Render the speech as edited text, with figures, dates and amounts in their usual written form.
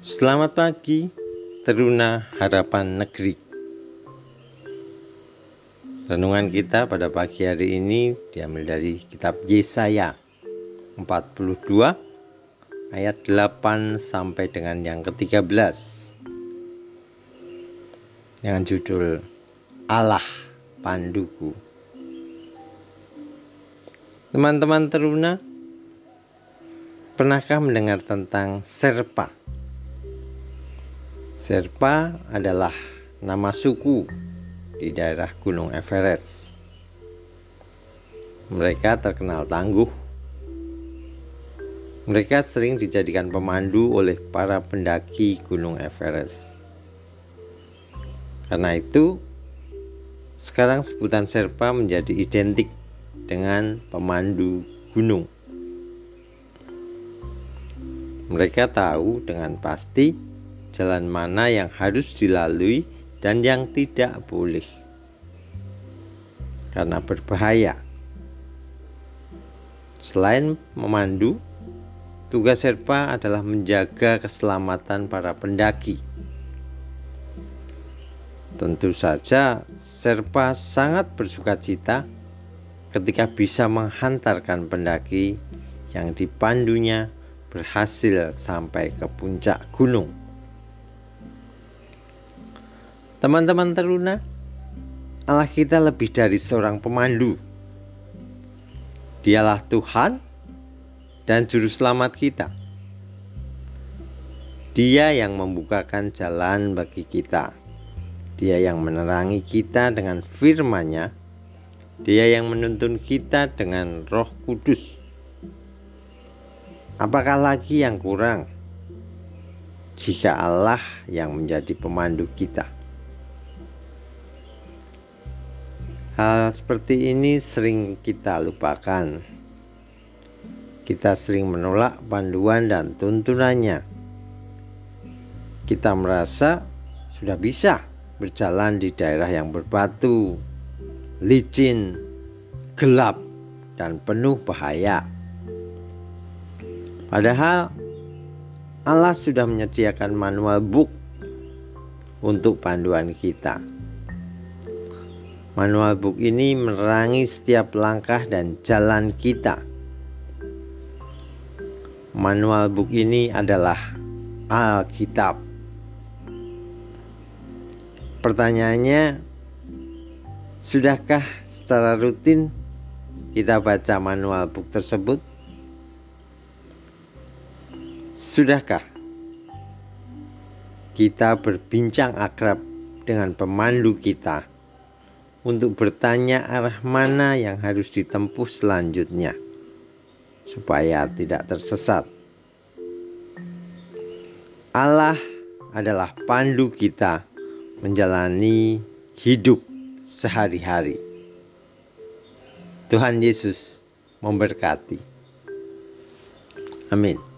Selamat pagi, Teruna Harapan Negeri. Renungan kita pada pagi hari ini diambil dari kitab Yesaya 42 ayat 8 sampai dengan yang ke-13 dengan judul Allah Panduku. Teman-teman Teruna, pernahkah mendengar tentang Sherpa? Sherpa adalah nama suku di daerah Gunung Everest. Mereka terkenal tangguh. Mereka sering dijadikan pemandu oleh para pendaki Gunung Everest. Karena itu, sekarang sebutan Sherpa menjadi identik dengan pemandu gunung. Mereka tahu dengan pasti jalan mana yang harus dilalui dan yang tidak boleh, karena berbahaya. Selain memandu, tugas Sherpa adalah menjaga keselamatan para pendaki. Tentu saja Sherpa sangat bersukacita ketika bisa menghantarkan pendaki yang dipandunya berhasil sampai ke puncak gunung. Teman-teman Teruna, Allah kita lebih dari seorang pemandu. Dialah Tuhan dan Juru Selamat kita. Dia yang membukakan jalan bagi kita. Dia yang menerangi kita dengan firman-Nya. Dia yang menuntun kita dengan Roh Kudus. Apakah lagi yang kurang jika Allah yang menjadi pemandu kita? Hal seperti ini sering kita lupakan. Kita sering menolak panduan dan tuntunannya. Kita merasa sudah bisa berjalan di daerah yang berbatu, licin, gelap, dan penuh bahaya. Padahal Allah sudah menyediakan manual book untuk panduan kita. Manual book ini menerangi setiap langkah dan jalan kita. Manual book ini adalah Alkitab. Pertanyaannya, sudahkah secara rutin kita baca manual book tersebut? Sudahkah kita berbincang akrab dengan pemandu kita untuk bertanya arah mana yang harus ditempuh selanjutnya supaya tidak tersesat? Allah adalah pandu kita menjalani hidup sehari-hari. Tuhan Yesus memberkati. Amin.